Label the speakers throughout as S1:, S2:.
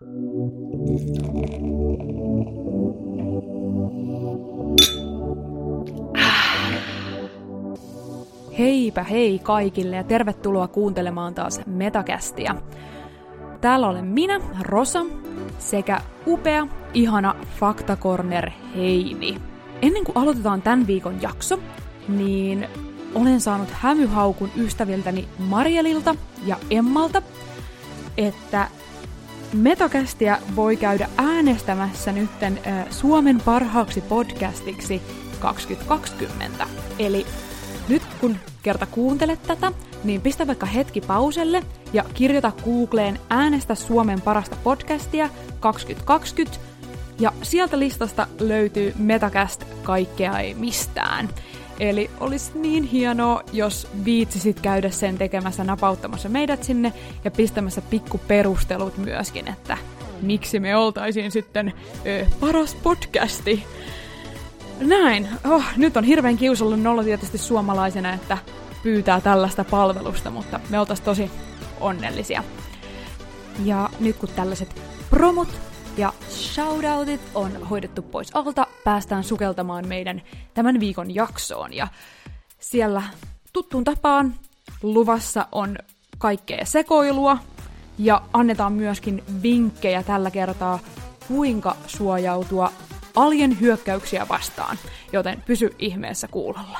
S1: Heipä hei kaikille ja tervetuloa kuuntelemaan taas Metakästiä. Täällä olen minä, Rosa, sekä upea, ihana Faktacorner Heini. Ennen kuin aloitetaan tämän viikon jakso, niin olen saanut hämyhaukun ystäviltäni Marielilta ja Emmalta, että Metakästiä voi käydä äänestämässä nytten Suomen parhaaksi podcastiksi 2020. Eli nyt kun kerta kuuntelet tätä, niin pistä vaikka hetki pauselle ja kirjoita Googleen äänestä Suomen parasta podcastia 2020. Ja sieltä listasta löytyy Metakäst kaikkea ei mistään. Eli olisi niin hienoa, jos viitsisit käydä sen tekemässä napauttamassa meidät sinne ja pistämässä pikkuperustelut myöskin, että miksi me oltaisiin sitten paras podcasti. Näin. Nyt on hirveän kiusallinen olla tietysti suomalaisena, että pyytää tällaista palvelusta, mutta me oltaisiin tosi onnellisia. Ja nyt kun tällaiset promot ja shoutoutit on hoidettu pois alta, päästään sukeltamaan meidän tämän viikon jaksoon. Ja siellä tuttuun tapaan luvassa on kaikkea sekoilua ja annetaan myöskin vinkkejä tällä kertaa, kuinka suojautua alien hyökkäyksiä vastaan, joten pysy ihmeessä kuulolla.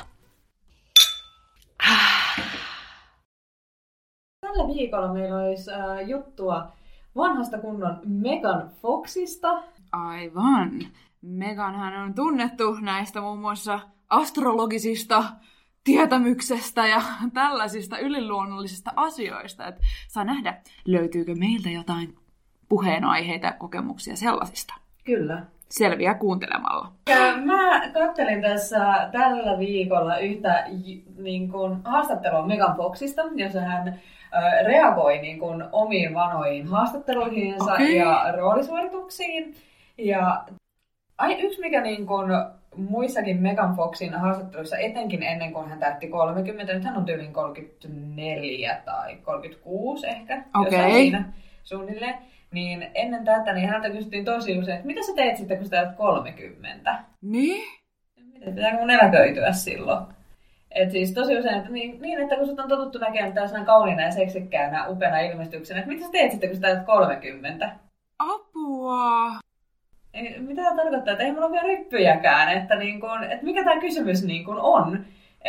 S2: Tällä viikolla meillä olisi juttua vanhasta kunnon Megan Foxista.
S1: Aivan. Meganhan on tunnettu näistä muun muassa astrologisista tietämyksestä ja tällaisista yliluonnollisista asioista. Et saa nähdä, löytyykö meiltä jotain puheenaiheita ja kokemuksia sellaisista.
S2: Kyllä.
S1: Selviää kuuntelemalla.
S2: Mä kattelin tässä tällä viikolla yhtä haastattelua Megan Foxista, jossa hän reagoi omiin vanhoihin haastatteluihinsa ja roolisuorituksiin. Ja yksi mikä muissakin Megan Foxin haastatteluissa, etenkin ennen kuin hän täytti 30, nyt hän on tyyliin 34 tai 36 ehkä, jossain siinä suunnilleen. Niin ennen tätä niin häneltä kysyttiin tosi usein, että mitä sä teet sitten, kun sä täytät 30?
S1: Niin?
S2: Pitääkö mun eläköityä silloin? Et siis tosi usein, että niin että kun sut on totuttu näkemään tällaisena kauniina ja seksikkäänä, upeana ilmestyksenä, että mitä sä teet sitten, kun sä täytät 30?
S1: Apua!
S2: Mitä tämä tarkoittaa? Että ei mulla ole vielä ryppyjäkään, että mikä tämä kysymys on?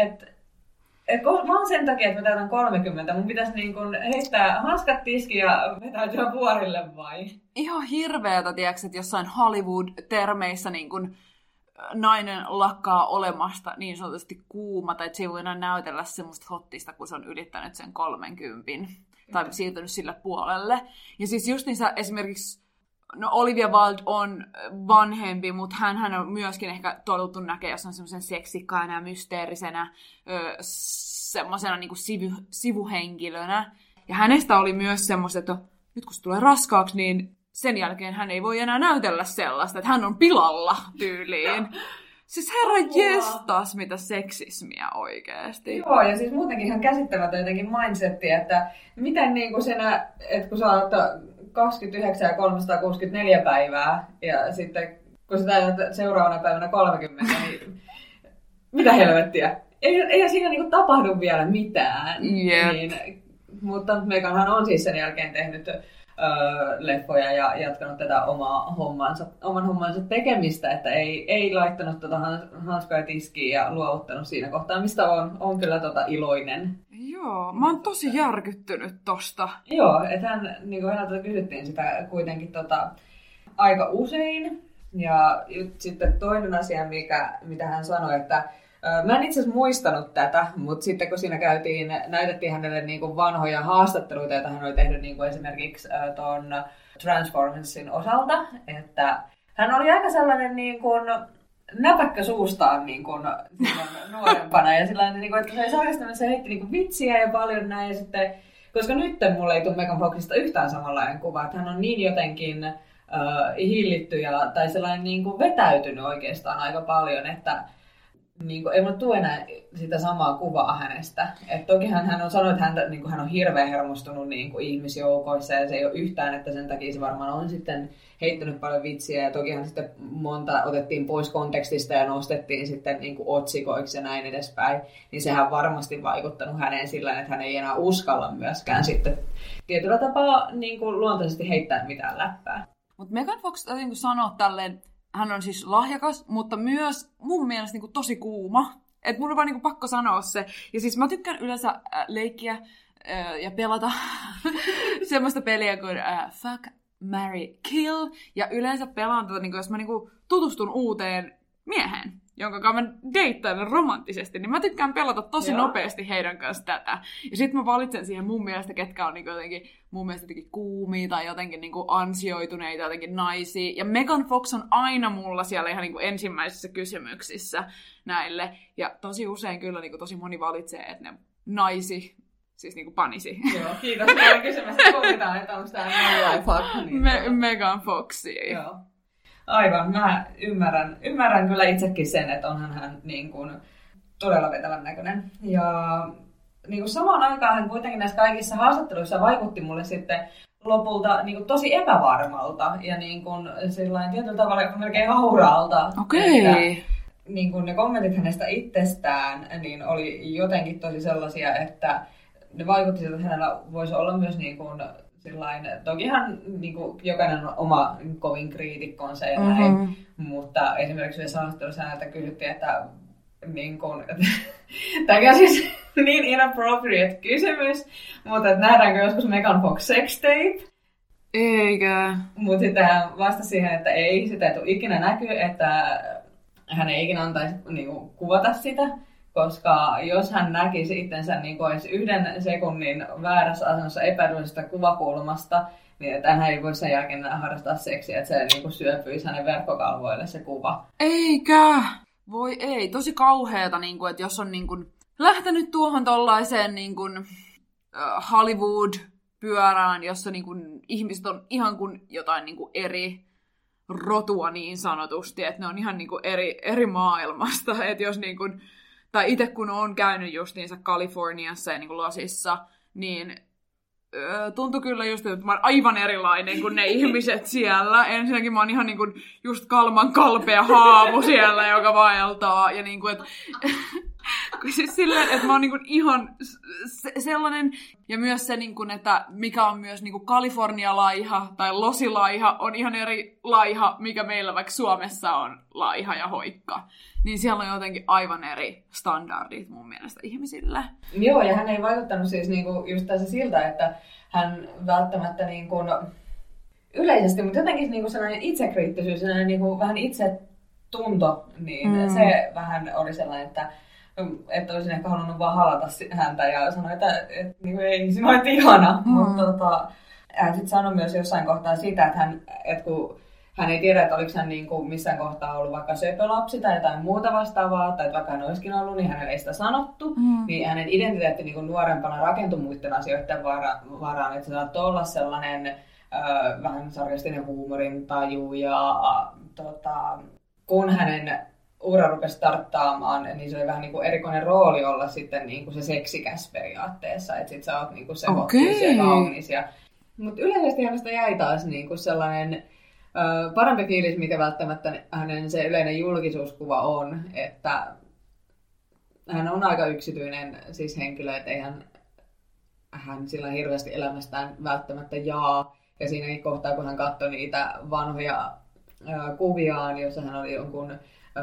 S2: Vaan sen takia, että mä täytän 30, mun pitäisi heittää hanskat tiskiin ja vetäytyä vuorille vai?
S1: Ihan hirveätä, tiedätkö, että jossain Hollywood-termeissä nainen lakkaa olemasta niin sanotusti kuuma, tai että se ei voi enää näytellä semmoista hottista, kun se on ylittänyt sen 30, tai siirtynyt sille puolelle. Ja siis just niin esimerkiksi Olivia Wilde on vanhempi, mutta hän on myöskin ehkä totuttu näkee jossain semmoisen seksikkaana ja mysteerisenä, semmoisena sivuhenkilönä. Ja hänestä oli myös semmoista, että nyt kun se tulee raskaaksi, niin sen jälkeen hän ei voi enää näytellä sellaista, että hän on pilalla tyyliin. Siis herra jestas, mitä seksismiä oikeesti.
S2: Joo, ja siis muutenkin ihan käsittämätön jotenkin mindsettiä, että miten sinä, että kun sä oot 29 ja 364 päivää, ja sitten kun sä täytät seuraavana päivänä 30, niin mitä helvettiä? Ei siinä tapahdu vielä mitään.
S1: Yep.
S2: Mutta Meganhan on siis sen jälkeen tehnyt leffoja ja jatkanut tätä oman hommansa tekemistä, että ei laittanut hanskaa tiskiin ja luovuttanut siinä kohtaa, mistä on kyllä iloinen.
S1: Joo, mä oon tosi järkyttynyt tosta.
S2: Joo, että häneltä kysyttiin sitä kuitenkin aika usein. Ja sitten toinen asia, mitä hän sanoi, että mä en itse asiassa muistanut tätä, mutta sitten kun siinä näytettiin hänelle vanhoja haastatteluita, joita hän oli tehnyt esimerkiksi tuon Transformersin osalta, että hän oli aika sellainen näpäkkä suustaan nuorempana ja sellainen, että se sarjastaminen se heitti vitsiä ja paljon näin ja sitten, koska nyt mulle ei tule Megan Foxista yhtään samanlainen kuva, että hän on niin jotenkin hillitty tai sellainen vetäytynyt oikeastaan aika paljon, että niin kuin, ei mulle tule enää sitä samaa kuvaa hänestä. Et tokihan hän on sanonut, että hän on hirveän hermostunut niin kuin ihmisjoukoissa ja se ei ole yhtään, että sen takia se varmaan on sitten heittänyt paljon vitsiä ja tokihan sitten monta otettiin pois kontekstista ja nostettiin sitten niin kuin otsikoiksi ja näin edespäin. Niin sehän on varmasti vaikuttanut häneen sillä, että hän ei enää uskalla myöskään sitten tietyllä tapaa niin kuin luontaisesti heittää mitään läppää.
S1: Mutta Megan Fox täytyy niin sanoa tälleen, hän on siis lahjakas, mutta myös mun mielestä niin tosi kuuma. Että mun on vaan niin pakko sanoa se. Ja siis mä tykkään yleensä leikkiä ja pelata semmoista peliä kuin Fuck, Marry, Kill. Ja yleensä pelaan tätä, niin jos mä niin tutustun uuteen mieheen, jonka kanssa mä deittailen romanttisesti, niin mä tykkään pelata tosi nopeasti heidän kanssa tätä. Ja sit mä valitsen siihen mun mielestä, ketkä on niin jotenkin, mun mielestä jotenkin kuumia tai jotenkin niin ansioituneita, jotenkin naisia. Ja Megan Fox on aina mulla siellä ihan niin ensimmäisissä kysymyksissä näille. Ja tosi usein kyllä niin tosi moni valitsee, että ne naisi, siis niin panisi.
S2: Joo, kiitos. Meidän kysymästä pohditaan, että onko tämä
S1: Megan Foxia.
S2: Joo. Aivan, mä ymmärrän kyllä itsekin sen, että onhan hän niin kuin todella vetävän näköinen. Ja niin kuin samaan aikaan hän kuitenkin näissä kaikissa haastatteluissa vaikutti mulle sitten lopulta niin kuin tosi epävarmalta ja niin kuin sillain tietyllä tavalla melkein hauraalta.
S1: Okei.
S2: Niin kuin ne kommentit hänestä itsestään niin oli jotenkin tosi sellaisia, että ne vaikutti, että hänellä voisi olla myös niin kuin sillain, tokihan niin kuin, jokainen on oma kovin kriitikkonsa ja näin, mutta esimerkiksi yhdessä haastattelussa häneltä kysyttiin, että niin kuin, tämäkin on siis niin inappropriate kysymys, mutta että nähdäänkö joskus Megan Fox sex tape?
S1: Eikä.
S2: Mutta sitten hän vastasi siihen, että ei, sitä ei tule ikinä näkyy, että hän ei ikinä antaisi niin kuin, kuvata sitä. Koska jos hän näkisi itsensä niin kuin edes 1 sekunnin väärässä asennossa epäedullisesta kuvakulmasta, niin että hän ei voi sen jälkeen harrastaa seksiä, että se niin kuin syöpyisi hänen verkkokalvoille se kuva.
S1: Eikä! Voi ei. Tosi kauheata, niin kuin, että jos on niin kuin lähtenyt tuohon tollaiseen niin kuin, Hollywood-pyörään, jossa niin kuin, ihmiset on ihan kuin jotain niin kuin eri rotua niin sanotusti, että ne on ihan niin kuin eri maailmasta. Että jos niin kuin, tai itse kun olen käynyt justiinsa Kaliforniassa ja niin kuin Losissa, niin tuntui kyllä just, että mä oon aivan erilainen kuin ne ihmiset siellä. Ensinnäkin mä oon ihan niin kuin just kalman kalpea haamu siellä, joka vaeltaa. Ja niin kuin, että siis silleen, että mä oon niin kuin ihan sellainen. Ja myös se, niin kuin, että mikä on myös niin kuin Kalifornia-laiha tai losilaiha, on ihan eri laiha, mikä meillä vaikka Suomessa on laiha ja hoikka. Niin siellä on jotenkin aivan eri standardit mun mielestä ihmisille.
S2: Joo, ja hän ei vaikuttanut siis niinku just tässä siltä, että hän välttämättä niinku yleisesti, mutta jotenkin niinku sellainen itsekriittisyys, sellainen niinku vähän itsetunto, niin se vähän oli sellainen, että olisin ehkä halunnut vaan halata häntä ja sanoa, että niinku, ei, sinä olet ihana. Mutta hän sitten sanoi myös jossain kohtaa sitä, että kun hän ei tiedä, että oliko hän niin kuin missään kohtaa ollut vaikka söpölapsi tai jotain muuta vastaavaa, tai että vaikka hän olisikin ollut, niin hänelle ei sitä sanottu. Niin hänen identiteetti niin kuin nuorempana rakentui muiden asioiden varaan, että se saattoi olla sellainen vähän sarkastinen huumorintaju. Ja kun hänen ura rupesi starttaamaan, niin se oli vähän niin kuin erikoinen rooli olla sitten niin kuin se seksikäs periaatteessa, että sit sä oot niin kuin se hottuus ja kaunis. Mutta yleisesti hänestä jäi taas niin kuin sellainen parempi fiilis, mikä välttämättä hänen se yleinen julkisuuskuva on, että hän on aika yksityinen siis henkilö, että eihän hän sillä hirveästi elämästään välttämättä jaa. Ja siinäkin kohtaa, kun hän katsoi niitä vanhoja kuviaan, jossa hän oli jonkun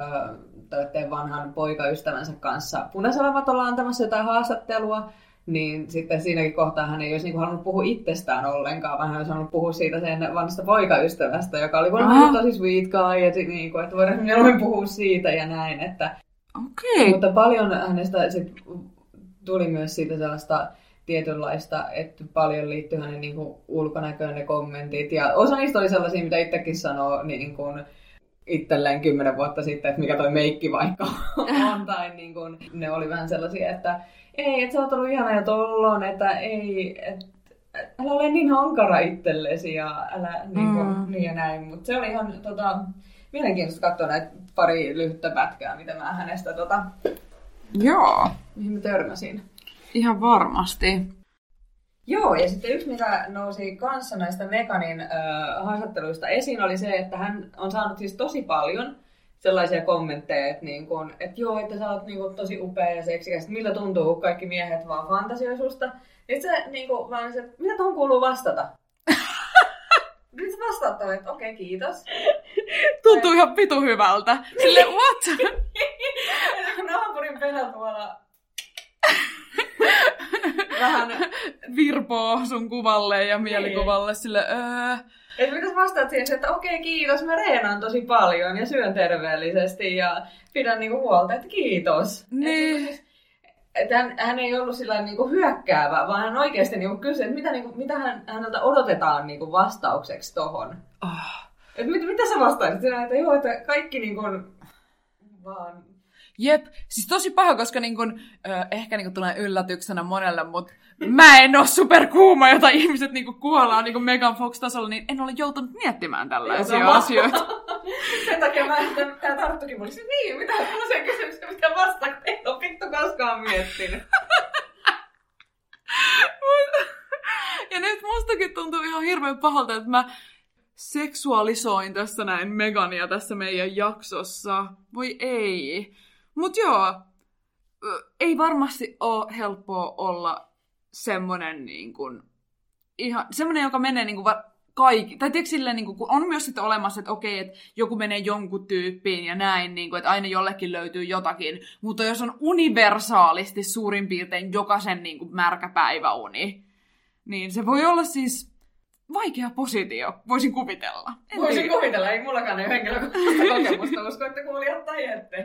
S2: vanhan poikaystävänsä kanssa punaisella matolla antamassa jotain haastattelua, niin sitten siinäkin kohtaa hän ei olisi niin kuin halunnut puhua itsestään ollenkaan, vaan hän olisi halunnut puhua siitä sen vanhasta poikaystävästä, joka oli voinut tosi sweet guy, ja niin kuin, että voidaan mieluummin puhua siitä ja näin. Että, mutta paljon hänestä sit tuli myös siitä sellaista tietynlaista, että paljon liittyy hänen niin kuin ulkonäköön ne kommentit, ja osa niistä oli sellaisia, mitä itsekin sanoo niin kuin itselleen 10 vuotta sitten, että mikä toi meikki vaikka on, tai niin kuin, ne oli vähän sellaisia, että ei, että sä oot ollut ihana ja tollon, että ei, älä ole niin hankara itsellesi ja älä niin ja näin. Mutta se oli ihan mielenkiintoista katsoa näitä pari lyhyttä pätkää, mitä mä hänestä
S1: Joo.
S2: mihin mä törmäsin.
S1: Ihan varmasti.
S2: Joo, ja sitten yksi, mikä nousi kanssa näistä Meghanin haastatteluista esiin, oli se, että hän on saanut siis tosi paljon sellaisia kommentteja, että, niin kun, että joo, että sä oot niin kun, tosi upea ja seksikäs, että miltä tuntuu, kun kaikki miehet vaan fantasioi susta. Sitten se niin kun, vaan se, että mitä tuohon kuuluu vastata? Nyt sä vastaat tuohon, että okei, kiitos.
S1: Tuntuu ihan vitu hyvältä. Silleen, what?
S2: Naapurin penä tuolla vähän
S1: virpoo sun kuvalle ja mielikuvalle sille
S2: Että mitäs vastaat siihen, että okei, kiitos, mä reenaan tosi paljon ja syön terveellisesti ja pidän niinku huolta, että kiitos.
S1: Niin.
S2: Että hän ei ollut sillä niinku hyökkäävä, vaan hän oikeasti niinku kysyi, että mitä häneltä odotetaan niinku vastaukseksi tohon. Että mitä sä vastaisit? Sinä, että joo, että kaikki niinku vaan...
S1: Jep, siis tosi paha, koska niin kun, ehkä niin kun tulee yllätyksenä monelle, mutta mä en ole superkuuma, jota ihmiset niin kun kuollaan niin kun Megan Fox-tasolla, niin en ole joutunut miettimään tällaisia asioita.
S2: Sen takia tämä tarttukin mulle. Niin, mitä tällaisia kysymyksiä, mitä vastaan, kun en ole vittu koskaan miettinyt.
S1: Ja nyt mustakin tuntuu ihan hirveän pahalta, että mä seksuaalisoin tässä näin Megania tässä meidän jaksossa. Voi ei. Mut joo, ei varmasti ole helppoa olla semmonen niin kuin, ihan, semmonen, joka menee niin kuin kaikki. Tai tiedätkö silleen, niin kuin, kun on myös sitten olemassa, että okei, että joku menee jonkun tyyppiin ja näin, niin kuin, että aina jollekin löytyy jotakin. Mutta jos on universaalisti suurin piirtein jokaisen niin kuin märkä päiväuni, niin se voi olla siis vaikea positio, voisin kuvitella.
S2: Voisin kuvitella, ei mullakaan ole henkilökohtaista kokemusta, usko, että kuulijat tai ette.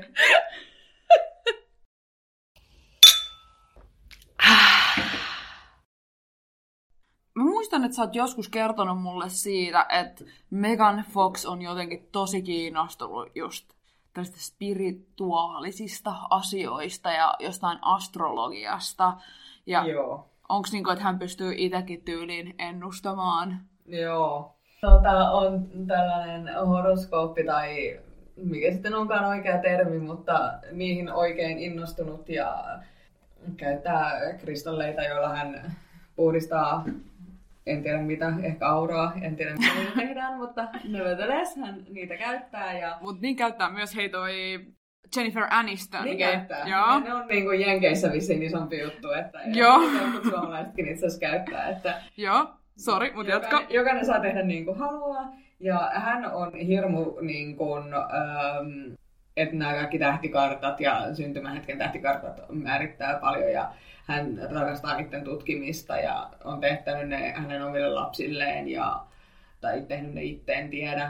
S1: Mä muistan, että sä oot joskus kertonut mulle siitä, että Megan Fox on jotenkin tosi kiinnostunut just tällaista spirituaalisista asioista ja jostain astrologiasta. Ja
S2: joo.
S1: Onko niin kuin, että hän pystyy itsekin tyyliin ennustamaan?
S2: Joo. On tällainen horoskooppi tai mikä sitten onkaan oikea termi, mutta niihin oikein innostunut ja käyttää kristalleita, joilla hän puhdistaa, en tiedä mitä, ehkä auraa, en tiedä mitä niitä tehdään, mutta nevertheless hän niitä käyttää.
S1: Mutta niin käyttää myös toi Jennifer Aniston.
S2: Niin käyttää.
S1: Joo.
S2: Ne on niin kuin Jenkeissä vissiin isompi juttu, että
S1: joo.
S2: jotkut suomalaisetkin itse asiassa käyttää. Että
S1: joo, sori, mutta jatka.
S2: Jokainen saa tehdä niin kuin haluaa. Ja hän on hirmu, niin kuin, että nämä kaikki tähtikartat ja syntymähetken tähtikartat määrittää paljon. Ja hän rakastaa niiden tutkimista ja on tehtänyt ne hänen omille lapsilleen tai tehnyt ne itse, en tiedä.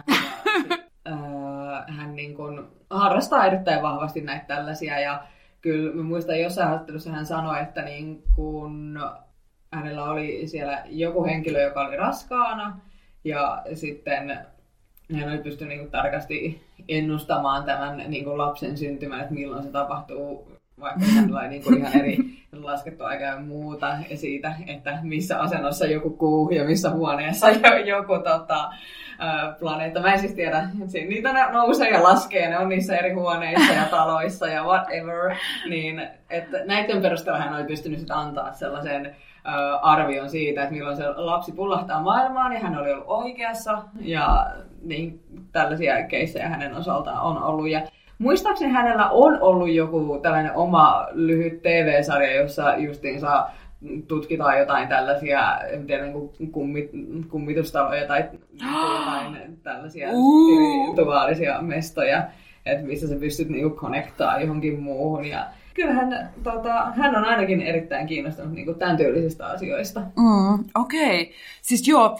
S2: Hän niin kuin harrastaa erittäin vahvasti näitä tällaisia ja kyllä mä muistan jossain haastattelussa hän sanoi, että niin kuin hänellä oli siellä joku henkilö, joka oli raskaana ja sitten hän oli pystynyt niin kuin tarkasti ennustamaan tämän niin kuin lapsen syntymän, että milloin se tapahtuu, vaikka hänellä oli niin kuin ihan eri laskettu aika ja muuta ja siitä, että missä asennossa joku kuu ja missä huoneessa joku planeetta. Mä en siis tiedä, niitä nousee ja laskee, ne on niissä eri huoneissa ja taloissa ja whatever. Niin, että näiden perusteella hän oli pystynyt sit antaa sellaisen arvion siitä, että milloin se lapsi pullahtaa maailmaan ja hän oli ollut oikeassa. Ja niin, tällaisia keissejä hänen osaltaan on ollut. Ja muistaakseni hänellä on ollut joku tällainen oma lyhyt TV-sarja, jossa justiinsa tutkitaan jotain tällaisia, en tiedä, kummitustaloja tai jotain tällaisia spirituaalisia mestoja, että missä sä pystyt niinku connectaa johonkin muuhun. Ja kyllähän hän on ainakin erittäin kiinnostunut niinku tämän tyylisistä asioista.
S1: Okei. Siis joo,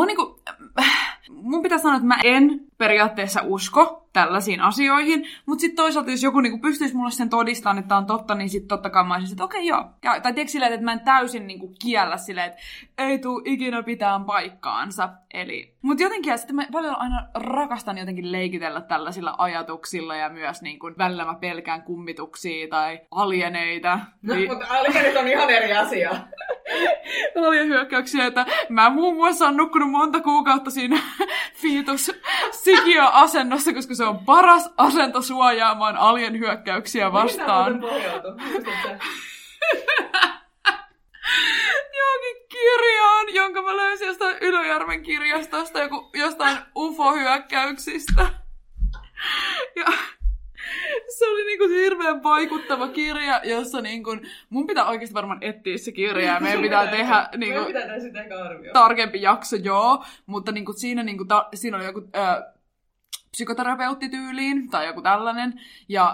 S1: mun pitää sanoa, että mä en periaatteessa usko tällaisiin asioihin, mutta sitten toisaalta, jos joku niinku pystyisi mulle sen todistamaan, että on totta, niin sitten totta kai mä olisin, että okei, joo. Tai tiedätkö silleen, että mä en täysin niinku kiellä silleen, että ei tule ikinä pitään paikkaansa. Mutta jotenkin, sitten mä paljon aina rakastan jotenkin leikitellä tällaisilla ajatuksilla ja myös niinku, välillä mä pelkään kummituksia tai alieneita.
S2: No, mutta alienit on ihan eri asia.
S1: alien-hyökkäyksiä, että mä muun muassa oon nukkunut monta kuukautta siinä sikiöasennossa, koska se on paras asento suojaamaan alien-hyökkäyksiä vastaan.
S2: Mihin pohjautuu?
S1: Johonkin kirjaan, jonka mä löysin jostain Ylöjärven kirjastosta, jostain UFO-hyökkäyksistä. Ja se oli niinku hirveän vaikuttava kirja, jossa niinku, mun pitää oikeasti varmaan etsiä se kirja ja meidän pitää tehdä niinku, tarkempi jakso, joo, mutta niinku, siinä oli joku psykoterapeuttityyliin tai joku tällainen, ja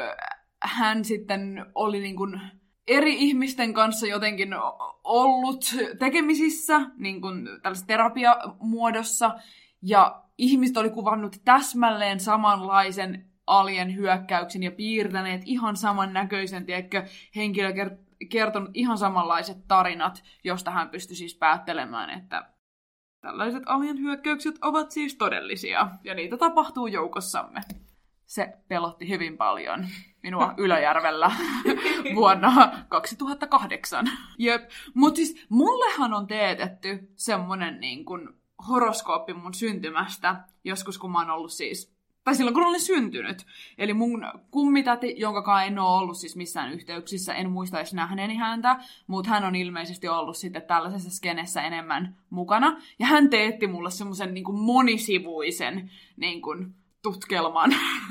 S1: hän sitten oli niinku eri ihmisten kanssa jotenkin ollut tekemisissä niin kuin tällaisessa terapiamuodossa, ja ihmiset oli kuvannut täsmälleen samanlaisen alien-hyökkäyksen ja piirtäneet ihan samannäköisen, tiedätkö, henkilö kertonut ihan samanlaiset tarinat, josta hän pystyi siis päättelemään, että tällaiset alien-hyökkäykset ovat siis todellisia, ja niitä tapahtuu joukossamme. Se pelotti hyvin paljon minua Ylöjärvellä vuonna 2008. Jep. Mutta siis mullehan on teetetty semmonen niin kuin horoskooppi mun syntymästä, joskus kun mä oon ollut siis, tai silloin kun olen syntynyt. Eli mun kummitäti, jonkakaan en ole ollut siis missään yhteyksissä, en muista edes nähneeni häntä, mutta hän on ilmeisesti ollut sitten tällaisessa skenessä enemmän mukana. Ja hän teetti mulle semmoisen niin kuin monisivuisen niin kuin tutkelman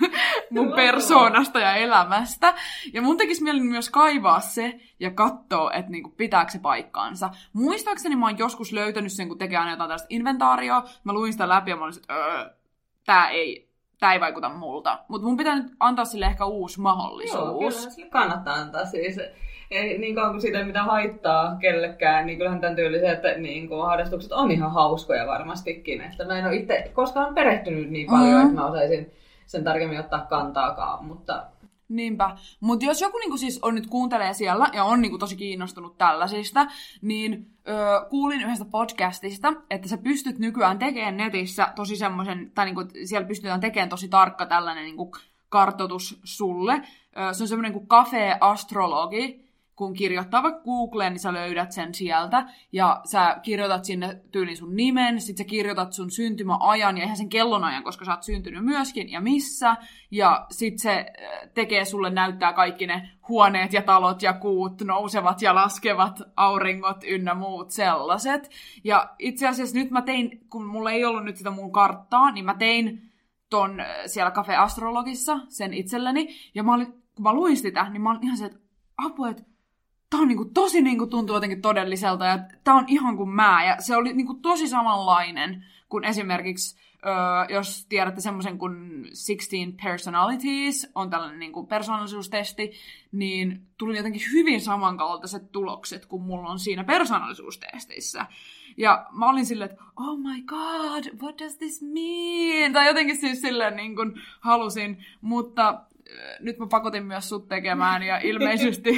S1: mun persoonasta ja elämästä. Ja mun tekisi mieli myös kaivaa se ja katsoa, että niinku, pitääkö se paikkaansa. Muistaakseni mä oon joskus löytänyt sen, kun tekee aina jotain tällaista inventarioa. Mä luin sitä läpi ja mä olin, että tää ei vaikuta multa. Mutta mun pitää nyt antaa sille ehkä uusi mahdollisuus.
S2: Joo, kyllä sille kannattaa antaa siis. Ei niin kauan kuin siitä ei mitään haittaa kellekään, niin kyllähän tämän tyyliset niin harrastukset on ihan hauskoja varmastikin. Että mä en ole itse koskaan perehtynyt niin paljon, että mä osaisin sen tarkemmin ottaa kantaakaan, mutta...
S1: Niinpä. Mutta jos joku niinku siis on nyt kuuntelee siellä ja on niinku tosi kiinnostunut tällaisista, niin kuulin yhdestä podcastista, että sä pystyt nykyään tekemään netissä tosi semmoisen, tai niinku siellä pystytään tekemään tosi tarkka tällainen niinku kartoitus sulle. Se on semmoinen kuin Cafe Astrologi. Kun kirjoittaa vaikka Googleen, niin sä löydät sen sieltä, ja sä kirjoitat sinne tyylin sun nimen, sit sä kirjoitat sun syntymäajan, ja ihan sen kellonajan, koska sä oot syntynyt myöskin, ja missä, ja sit se tekee sulle, näyttää kaikki ne huoneet ja talot ja kuut, nousevat ja laskevat auringot ynnä muut sellaiset. Ja itse asiassa nyt mä tein, kun mulla ei ollut nyt sitä mun karttaa, niin mä tein ton siellä Cafe Astrologissa sen itselleni, ja kun mä luin sitä, niin mä olin ihan se, että apua, että tää on niinku tosi niinku tuntuu jotenkin todelliselta, ja tää on ihan kuin mä. Ja se oli niinku tosi samanlainen kuin esimerkiksi, jos tiedätte semmoisen kuin 16 Personalities, on tällainen niinku persoonallisuustesti, niin tuli jotenkin hyvin samankaltaiset tulokset kuin mulla on siinä persoonallisuustestissä. Ja mä olin silleen, että oh my god, what does this mean? Tai jotenkin siis silleen niin kuin halusin, mutta nyt mä pakotin myös sut tekemään ja ilmeisesti...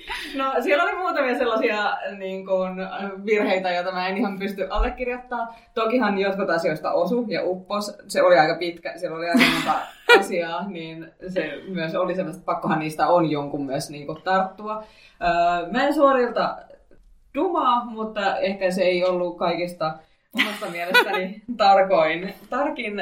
S2: No siellä oli muutamia sellaisia niin kuin, virheitä, joita mä en ihan pysty allekirjoittamaan. Tokihan jotkut asioista osu ja uppos. Se oli aika pitkä, siellä oli aika monta asiaa, niin se myös oli sellaista, että pakkohan niistä on jonkun myös niin kuin, tarttua. Mä en suorilta dumaa, mutta ehkä se ei ollut kaikista omasta mielestäni tarkin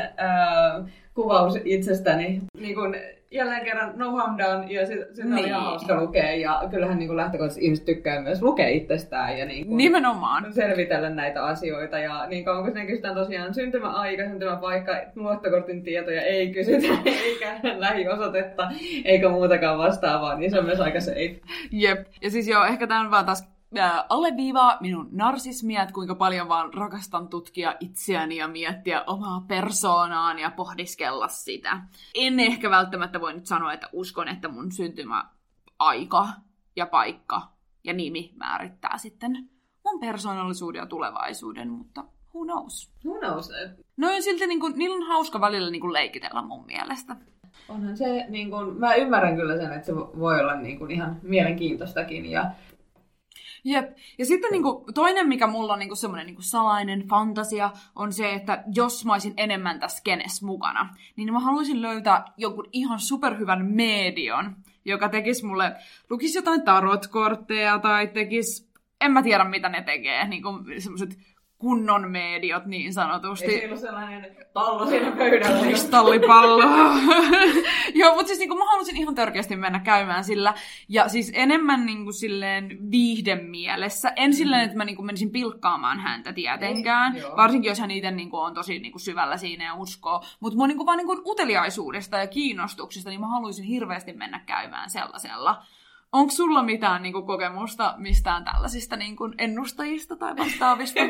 S2: kuvaus itsestäni. Niin kun, jälleen kerran no harm done, ja sitä oli ihan hauska lukea. Ja kyllähän niin lähtökohtaisesti ihmiset tykkää myös lukea itsestään ja niin kun,
S1: nimenomaan
S2: selvitellä näitä asioita. Ja niin kauan kun sinne kysytään tosiaan syntymäaika, syntymäpaikka, luottokortin tietoja ei kysytä, eikä lähiosoitetta, eikä muutakaan vastaavaa, niin se on myös aika safe.
S1: Jep, ja siis joo, ehkä tämä on vaan taas alleviivaa minun narsismia, että kuinka paljon vaan rakastan tutkia itseäni ja miettiä omaa persoonaan ja pohdiskella sitä. En ehkä välttämättä voi nyt sanoa, että uskon, että mun syntymäaika ja paikka ja nimi määrittää sitten mun persoonallisuuden ja tulevaisuuden, mutta who knows?
S2: Who knows?
S1: No ja silti niin kuin, niillä on hauska välillä niin kuin leikitellä mun mielestä.
S2: Onhan se, niin kuin, mä ymmärrän kyllä sen, että se voi olla niin kuin, ihan mielenkiintoistakin ja
S1: jep. Ja sitten niinku, toinen, mikä mulla on niinku, semmoinen niinku, salainen fantasia, on se, että jos mä olisin enemmän tässä skenessä mukana, niin mä haluaisin löytää jonkun ihan superhyvän medion, joka tekisi mulle, lukisi jotain tarotkortteja tai tekisi en mä tiedä mitä ne tekee, niinku semmoset kunnon mediot niin sanotusti.
S2: Ei siellä ole sellainen pallo siinä pöydällä.
S1: Kristallipallo. Joo, mutta siis niinku mä halusin ihan törkeästi mennä käymään sillä. Ja siis enemmän niinku silleen viihden mielessä. En silleen, että mä niinku menisin pilkkaamaan häntä tietenkään. Varsinkin jos hän itse niinku on tosi niinku syvällä siinä ja uskoo. Mutta mua niinku vaan niinku uteliaisuudesta ja kiinnostuksesta, niin mä haluaisin hirveästi mennä käymään sellaisella. Onko sulla mitään niinku kokemusta mistään tällaisista niinku ennustajista tai vastaavista?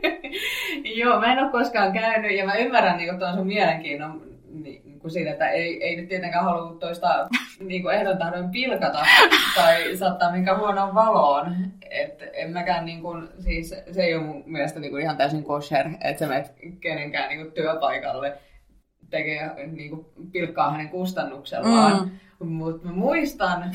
S2: Joo, mä en ole koskaan käynyt ja mä ymmärrän niinku tuon sun mielenkiinnon niinku siitä, että ei nyt tietenkään halua toista niinku ehdon tahdon pilkata tai saattaa minkä huonoon valoon. Et en mäkään niinku, siis se ei ole mun mielestä niinku ihan täysin kosher, että sä menet kenenkään niinku työpaikalle tekee niinku pilkkaa hänen kustannuksellaan. Mutta mä muistan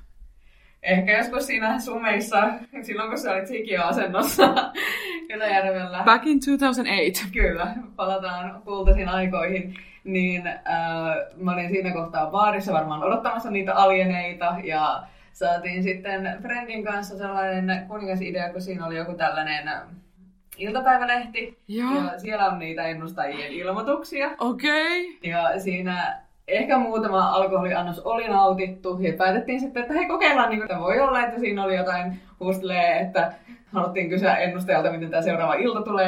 S2: ehkä joskus siinä sumeissa, silloin kun sä olit sikiöasennossa Ylöjärvellä.
S1: Back in 2008.
S2: Kyllä, palataan kultaisiin aikoihin. Niin mä olin siinä kohtaa baarissa varmaan odottamassa niitä alieneita. Ja saatiin sitten friendin kanssa sellainen kuningasidea, kun siinä oli joku tällainen iltapäivälehti. Ja siellä on niitä ennustajien ilmoituksia.
S1: Okei.
S2: Ja siinä ehkä muutama alkoholiannos oli nautittu ja päätettiin sitten, että hei kokeillaan, niin kuin, voi olla, että siinä oli jotain hustlee, että haluttiin kysyä ennustajalta, miten tämä seuraava ilta tulee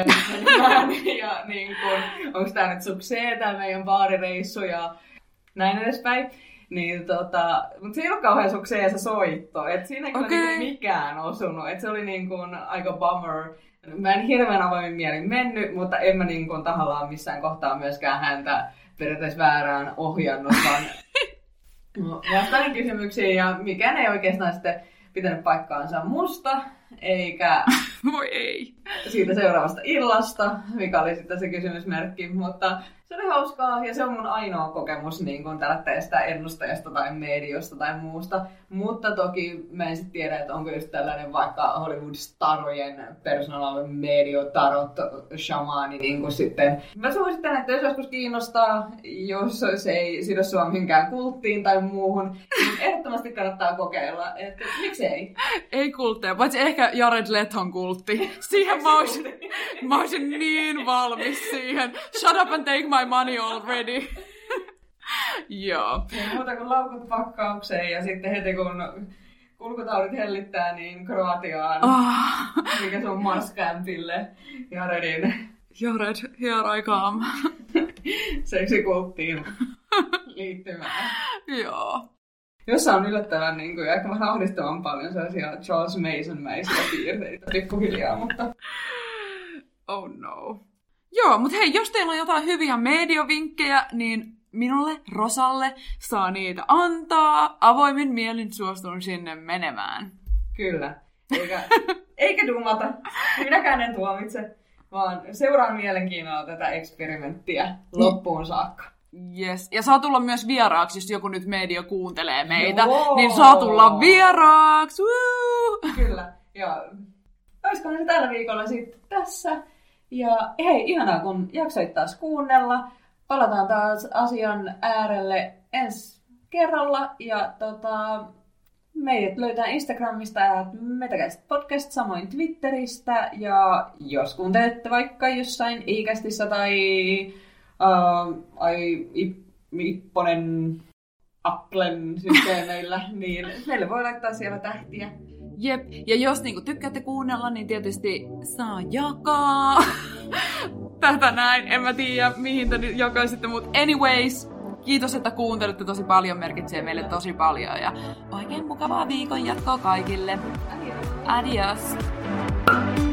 S2: ja niin kuin, onko tämä nyt suksee, tämä meidän baarireissu ja näin edespäin. Niin, mutta siinä on kauhean suksee se soitto, että siinä ei kyllä niin mikään osunut, että se oli niin kuin aika bummer. Mä en hirveän avoimin mielin mennyt, mutta en mä niin kuin tahallaan missään kohtaa myöskään häntä periaatteessa väärään ohjannut, vaan vastainen kysymyksiin ja mikään ei oikeastaan sitten pitänyt paikkaansa musta, eikä
S1: voi ei.
S2: Siitä seuraavasta illasta, mikä oli sitten se kysymysmerkki, mutta se oli hauskaa ja se on mun ainoa kokemus niin kuin tällaisesta ennustajasta tai mediosta tai muusta. Mutta toki mä en sitten tiedä, että onko just tällainen vaikka Hollywood-starojen personal medio, tarot, shamaani niin kuin sitten. Mä suosittelen, että jos joskus kiinnostaa, jos se ei sido sua mihinkään kulttiin tai muuhun, niin ehdottomasti kannattaa kokeilla. Että miksei?
S1: Ei kultteja, paitsi ehkä Jared Lethon kultti. Siihen mä olisin niin valmis siihen. Shut up and take my money already. Joo.
S2: Ei muuta kuin laukut pakkaukseen ja sitten heti kun kulkutaudit hellittää, niin Kroatiaan. Mikä sun Mars-campille Jaredin.
S1: Jared, here I come.
S2: Seksikulttiin liittymään.
S1: Joo.
S2: Jossa on yllättävän niin kuin, ehkä vähän ahdistavan paljon sellaisia Charles Mason-mäisiä piirteitä pikkuhiljaa, mutta
S1: oh no. Joo, mutta hei, jos teillä on jotain hyviä mediovinkkejä, niin minulle, Rosalle, saa niitä antaa. Avoimin mielin suostun sinne menemään.
S2: Kyllä. Eikä dumata. Minäkään en tuomitse, vaan seuraan mielenkiinnolla tätä eksperimenttiä loppuun saakka.
S1: Yes. Ja saa tulla myös vieraaksi, jos joku nyt media kuuntelee meitä, niin saa tulla vieraaksi. Woo!
S2: Kyllä. Ja olisikohan se tällä viikolla sitten tässä. Ja hei, ihanaa kun jaksoit taas kuunnella. Palataan taas asian äärelle ensi kerralla. Ja meidät löytää Instagramista @metakästpodcast, samoin Twitteristä. Ja jos kuuntelette vaikka jossain iCastissa tai Ipponen Applen systeemeillä, niin meille voi laittaa siellä tähtiä.
S1: Jep, ja jos niinku tykkäätte kuunnella, niin tietysti saa jakaa. Tätä näin, en mä tiedä mihin te nyt jakaisitte, mutta anyways, kiitos, että kuuntelette tosi paljon, merkitsee meille tosi paljon ja oikein mukavaa viikon jatkoa kaikille. Adios!